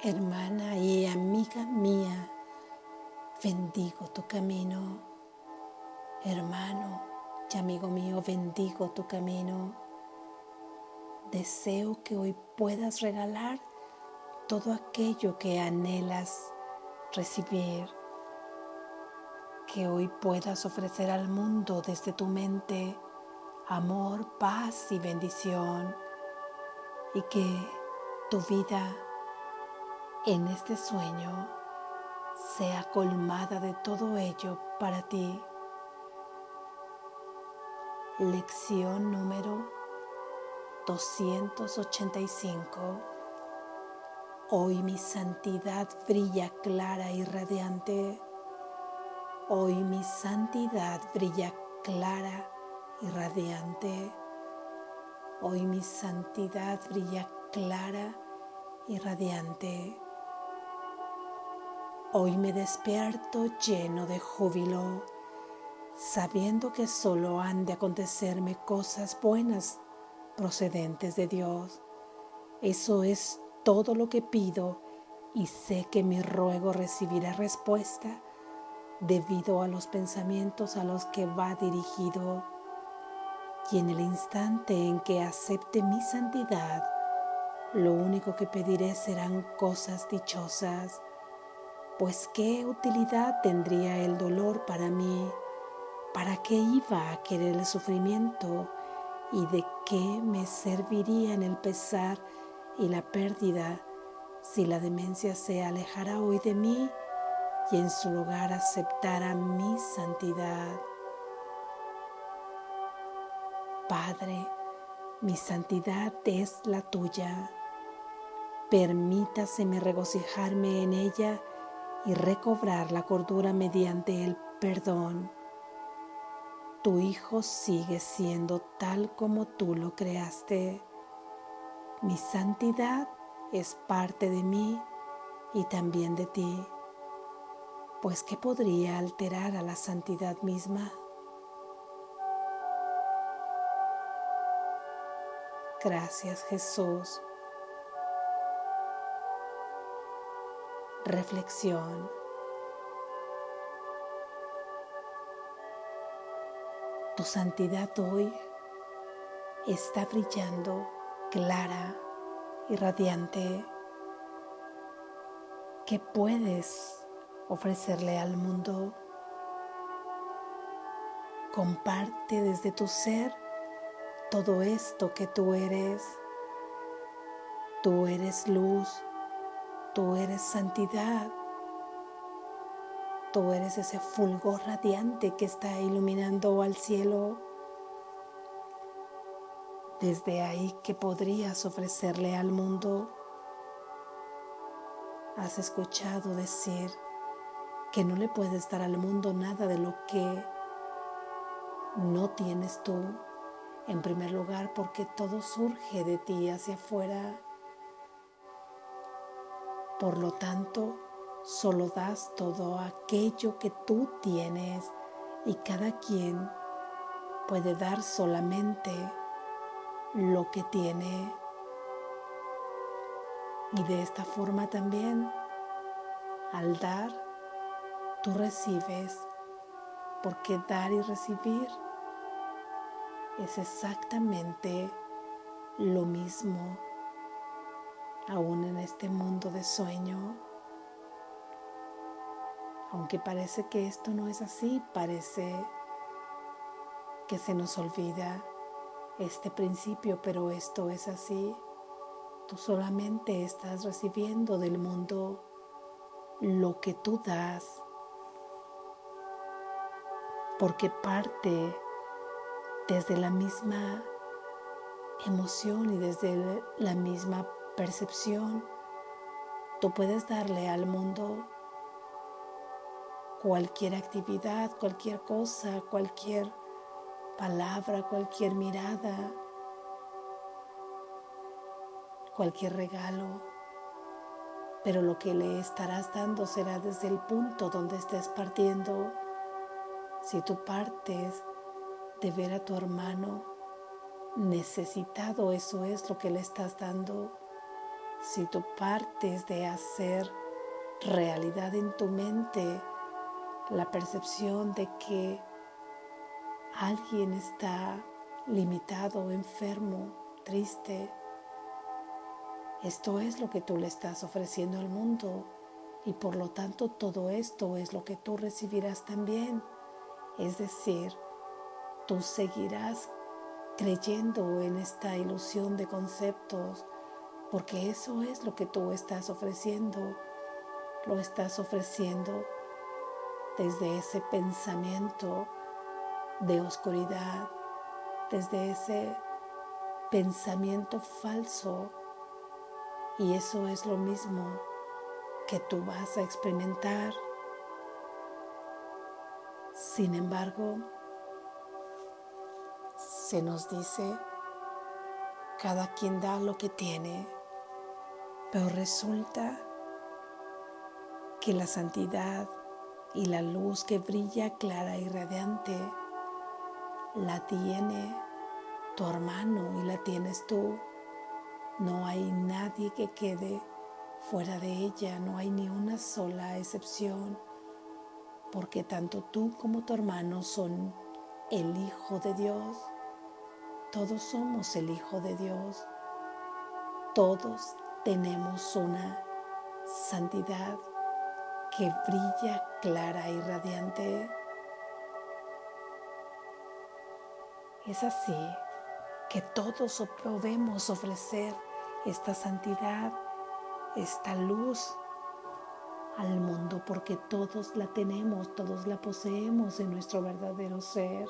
Hermana y amiga mía, bendigo tu camino. Hermano y amigo mío, bendigo tu camino. Deseo que hoy puedas regalar todo aquello que anhelas recibir. Que hoy puedas ofrecer al mundo desde tu mente amor, paz y bendición. Y que tu vida en este sueño sea colmada de todo ello para ti. Lección número 285. Hoy mi santidad brilla clara y radiante. Hoy mi santidad brilla clara y radiante. Hoy mi santidad brilla clara y radiante. Hoy me despierto lleno de júbilo, sabiendo que solo han de acontecerme cosas buenas procedentes de Dios. Eso es todo lo que pido y sé que mi ruego recibirá respuesta debido a los pensamientos a los que va dirigido. Y en el instante en que acepte mi santidad, lo único que pediré serán cosas dichosas. Pues ¿qué utilidad tendría el dolor para mí? ¿Para qué iba a querer el sufrimiento? ¿Y de qué me servirían el pesar y la pérdida si la demencia se alejara hoy de mí y en su lugar aceptara mi santidad? Padre, mi santidad es la tuya. Permítaseme regocijarme en ella y recobrar la cordura mediante el perdón. Tu Hijo sigue siendo tal como tú lo creaste. Mi santidad es parte de mí y también de ti, pues ¿qué podría alterar a la santidad misma? Gracias, Jesús. Reflexión. Tu santidad hoy está brillando clara y radiante. ¿Qué puedes ofrecerle al mundo? Comparte desde tu ser todo esto que tú eres. Tú eres luz, tú eres santidad, tú eres ese fulgor radiante que está iluminando al cielo. Desde ahí, ¿qué podrías ofrecerle al mundo? Has escuchado decir que no le puedes dar al mundo nada de lo que no tienes tú. En primer lugar, porque todo surge de ti hacia afuera. Por lo tanto, solo das todo aquello que tú tienes y cada quien puede dar solamente lo que tiene. Y de esta forma también, al dar, tú recibes, porque dar y recibir es exactamente lo mismo, aún en este mundo de sueño. Aunque parece que esto no es así, parece que se nos olvida este principio, pero esto es así. Tú solamente estás recibiendo del mundo lo que tú das, porque parte desde la misma emoción y desde la misma percepción. Tú puedes darle al mundo cualquier actividad, cualquier cosa, cualquier palabra, cualquier mirada, cualquier regalo, pero lo que le estarás dando será desde el punto donde estés partiendo. Si tú partes de ver a tu hermano necesitado, eso es lo que le estás dando. si tú partes de hacer realidad en tu mente la percepción de que alguien está limitado, enfermo, triste, esto es lo que tú le estás ofreciendo al mundo y por lo tanto todo esto es lo que tú recibirás también. Es decir, tú seguirás creyendo en esta ilusión de conceptos porque eso es lo que tú estás ofreciendo. Lo estás ofreciendo desde ese pensamiento de oscuridad, desde ese pensamiento falso, y eso es lo mismo que tú vas a experimentar. Sin embargo, se nos dice, cada quien da lo que tiene, pero resulta que la santidad y la luz que brilla clara y radiante la tiene tu hermano y la tienes tú. No hay nadie que quede fuera de ella, no hay ni una sola excepción, porque tanto tú como tu hermano son el Hijo de Dios. Todos somos el Hijo de Dios. Todos tenemos una santidad que brilla clara y radiante. Es así que todos podemos ofrecer esta santidad, esta luz al mundo, porque todos la tenemos, todos la poseemos en nuestro verdadero ser.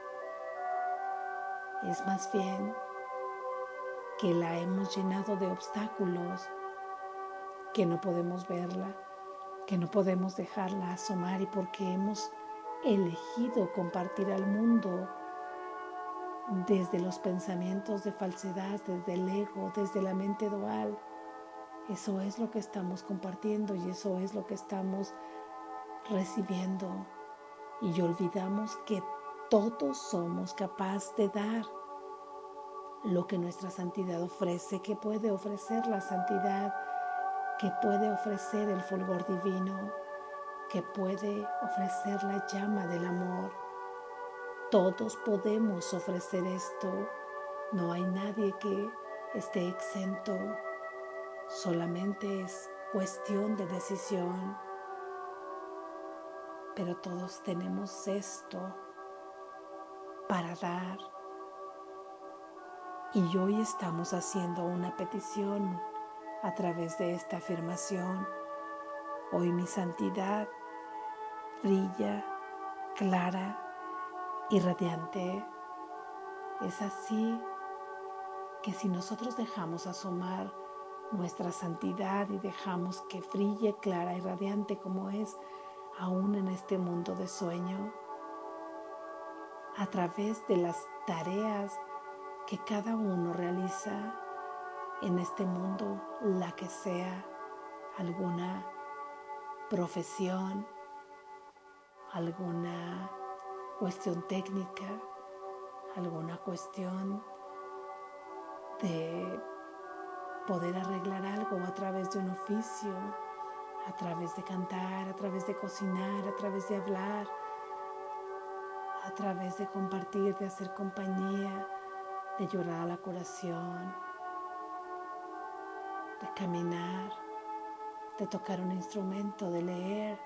Es más bien que la hemos llenado de obstáculos, que no podemos verla, que no podemos dejarla asomar, y porque hemos elegido compartir al mundo desde los pensamientos de falsedad, desde el ego, desde la mente dual. Eso es lo que estamos compartiendo y eso es lo que estamos recibiendo. Y olvidamos que todos somos capaces de dar lo que nuestra santidad ofrece, que puede ofrecer la santidad, que puede ofrecer el fulgor divino, que puede ofrecer la llama del amor. Todos podemos ofrecer esto. No hay nadie que esté exento. Solamente es cuestión de decisión. Pero todos tenemos esto para dar. Y hoy estamos haciendo una petición a través de esta afirmación. Hoy mi santidad brilla, clara y radiante. Es así que si nosotros dejamos asomar nuestra santidad y dejamos que brille clara y radiante como es aún en este mundo de sueño, a través de las tareas que cada uno realiza en este mundo, la que sea, alguna profesión, alguna cuestión técnica, alguna cuestión de poder arreglar algo a través de un oficio, a través de cantar, a través de cocinar, a través de hablar, a través de compartir, de hacer compañía, de llorar a la curación, de caminar, de tocar un instrumento, de leer,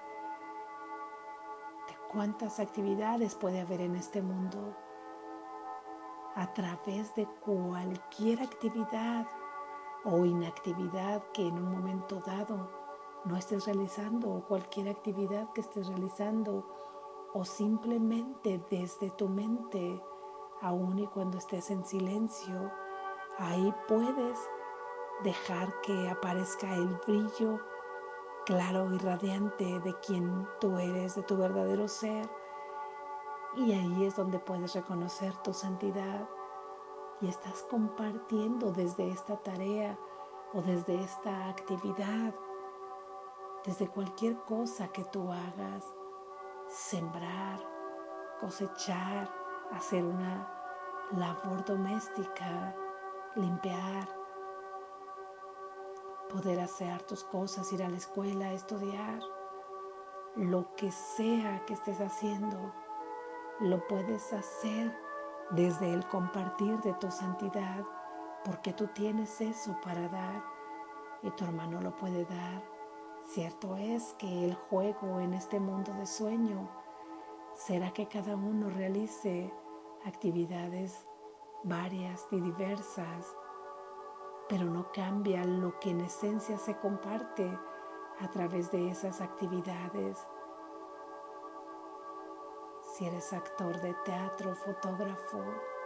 de cuántas actividades puede haber en este mundo. A través de cualquier actividad o inactividad que en un momento dado no estés realizando, o cualquier actividad que estés realizando, o simplemente desde tu mente, aun y cuando estés en silencio, ahí puedes dejar que aparezca el brillo claro y radiante de quien tú eres, de tu verdadero ser. Y ahí es donde puedes reconocer tu santidad y estás compartiendo desde esta tarea o desde esta actividad, desde cualquier cosa que tú hagas, sembrar, cosechar, hacer una labor doméstica, limpiar, poder hacer tus cosas, ir a la escuela, estudiar, lo que sea que estés haciendo, lo puedes hacer desde el compartir de tu santidad, porque tú tienes eso para dar y tu hermano lo puede dar. Cierto es que el juego en este mundo de sueño será que cada uno realice actividades varias y diversas, pero no cambia lo que en esencia se comparte a través de esas actividades. Si eres actor de teatro, fotógrafo,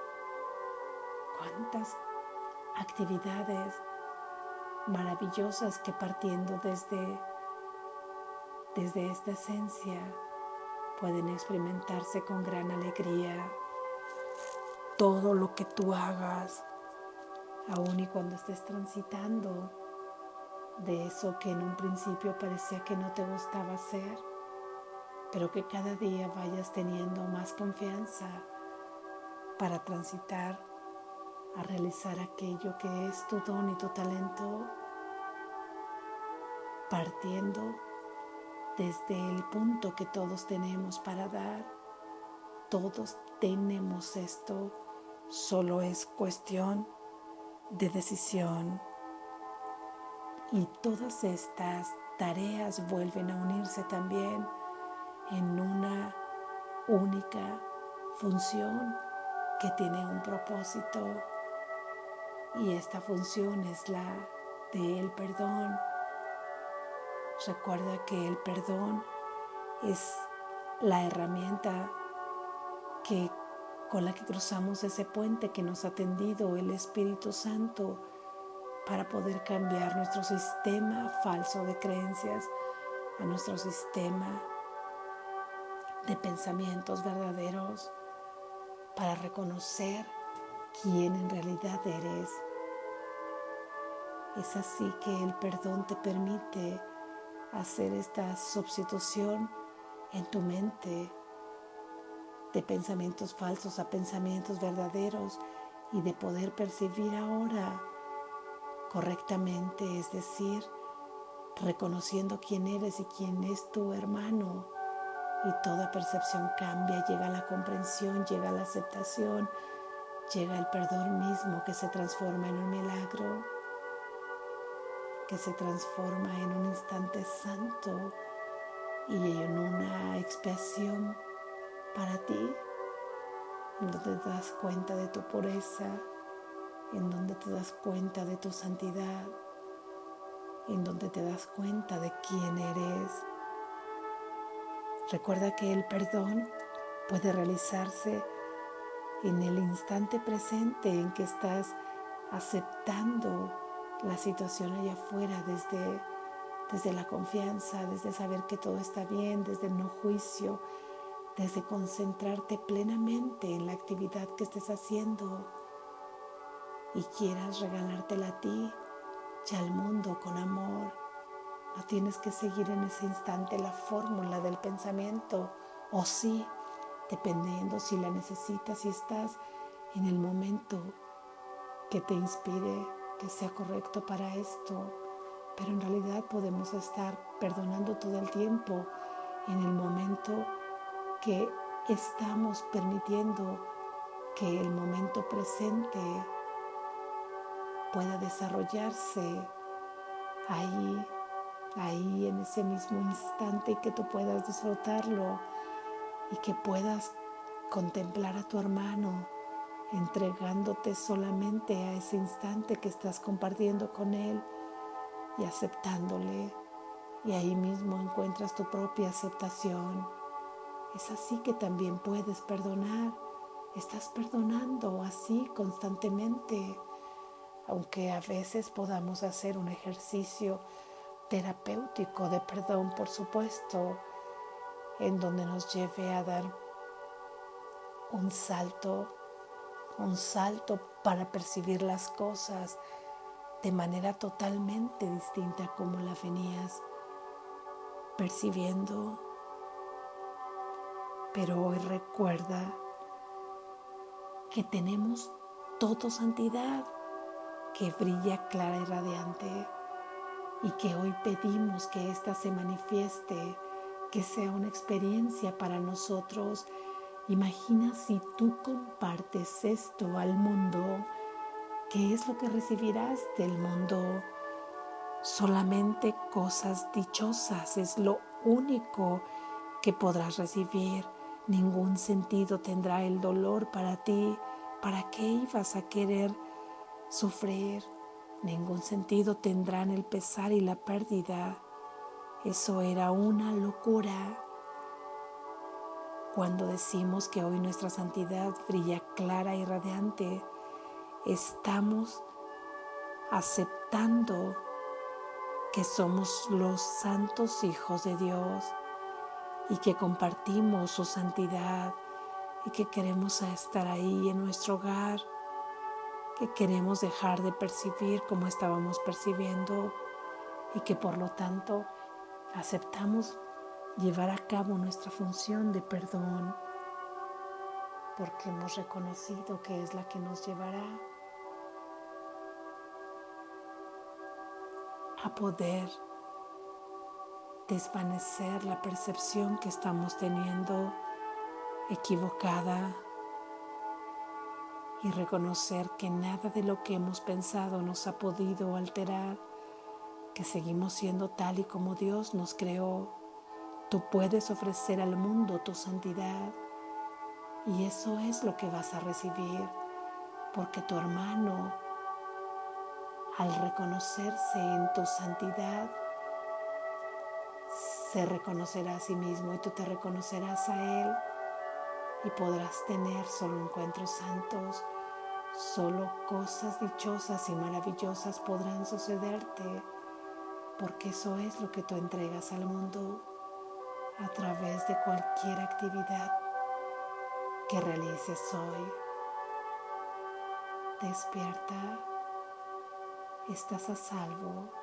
cuántas actividades maravillosas que partiendo desde esta esencia pueden experimentarse con gran alegría. Todo lo que tú hagas, aun y cuando estés transitando de eso que en un principio parecía que no te gustaba hacer, pero que cada día vayas teniendo más confianza para transitar a realizar aquello que es tu don y tu talento, partiendo desde el punto que todos tenemos para dar. Todos tenemos esto, solo es cuestión de decisión. Y todas estas tareas vuelven a unirse también en una única función que tiene un propósito, y esta función es la del perdón. Recuerda que el perdón es la herramienta con la que cruzamos ese puente que nos ha tendido el Espíritu Santo para poder cambiar nuestro sistema falso de creencias a nuestro sistema de pensamientos verdaderos, para reconocer quién en realidad eres. Es así que el perdón te permite hacer esta sustitución en tu mente de pensamientos falsos a pensamientos verdaderos y de poder percibir ahora correctamente, es decir, reconociendo quién eres y quién es tu hermano, y toda percepción cambia, llega la comprensión, llega la aceptación, llega el perdón mismo que se transforma en un milagro, que se transforma en un instante santo y en una expiación para ti, en donde te das cuenta de tu pureza, en donde te das cuenta de tu santidad, en donde te das cuenta de quién eres. Recuerda que el perdón puede realizarse en el instante presente en que estás aceptando la situación allá afuera desde la confianza, desde saber que todo está bien, desde el no juicio, desde concentrarte plenamente en la actividad que estés haciendo y quieras regalártela a ti y al mundo con amor. No tienes que seguir en ese instante la fórmula del pensamiento, o sí, dependiendo si la necesitas, si estás en el momento que te inspire, que sea correcto para esto. Pero en realidad podemos estar perdonando todo el tiempo en el momento que estamos permitiendo que el momento presente pueda desarrollarse ahí en ese mismo instante, y que tú puedas disfrutarlo y que puedas contemplar a tu hermano entregándote solamente a ese instante que estás compartiendo con él y aceptándole, y ahí mismo encuentras tu propia aceptación. Es así que también puedes perdonar. Estás perdonando así constantemente, aunque a veces podamos hacer un ejercicio terapéutico de perdón, por supuesto, en donde nos lleve a dar un salto para percibir las cosas de manera totalmente distinta como la venías percibiendo. Pero hoy recuerda que tenemos todo santidad, que brilla clara y radiante, y que hoy pedimos que ésta se manifieste, que sea una experiencia para nosotros. Imagina si tú compartes esto al mundo, ¿qué es lo que recibirás del mundo? Solamente cosas dichosas es lo único que podrás recibir. Ningún sentido tendrá el dolor para ti. ¿Para qué ibas a querer sufrir? Ningún sentido tendrán el pesar y la pérdida. Eso era una locura. Cuando decimos que hoy nuestra santidad brilla clara y radiante, estamos aceptando que somos los santos hijos de Dios y que compartimos su santidad y que queremos estar ahí en nuestro hogar, que queremos dejar de percibir como estábamos percibiendo y que por lo tanto aceptamos llevar a cabo nuestra función de perdón porque hemos reconocido que es la que nos llevará a poder desvanecer la percepción que estamos teniendo equivocada y reconocer que nada de lo que hemos pensado nos ha podido alterar, que seguimos siendo tal y como Dios nos creó. Tú puedes ofrecer al mundo tu santidad y eso es lo que vas a recibir, porque tu hermano, al reconocerse en tu santidad, se reconocerá a sí mismo y tú te reconocerás a él y podrás tener solo encuentros santos, solo cosas dichosas y maravillosas podrán sucederte, porque eso es lo que tú entregas al mundo a través de cualquier actividad que realices hoy. Despierta, estás a salvo.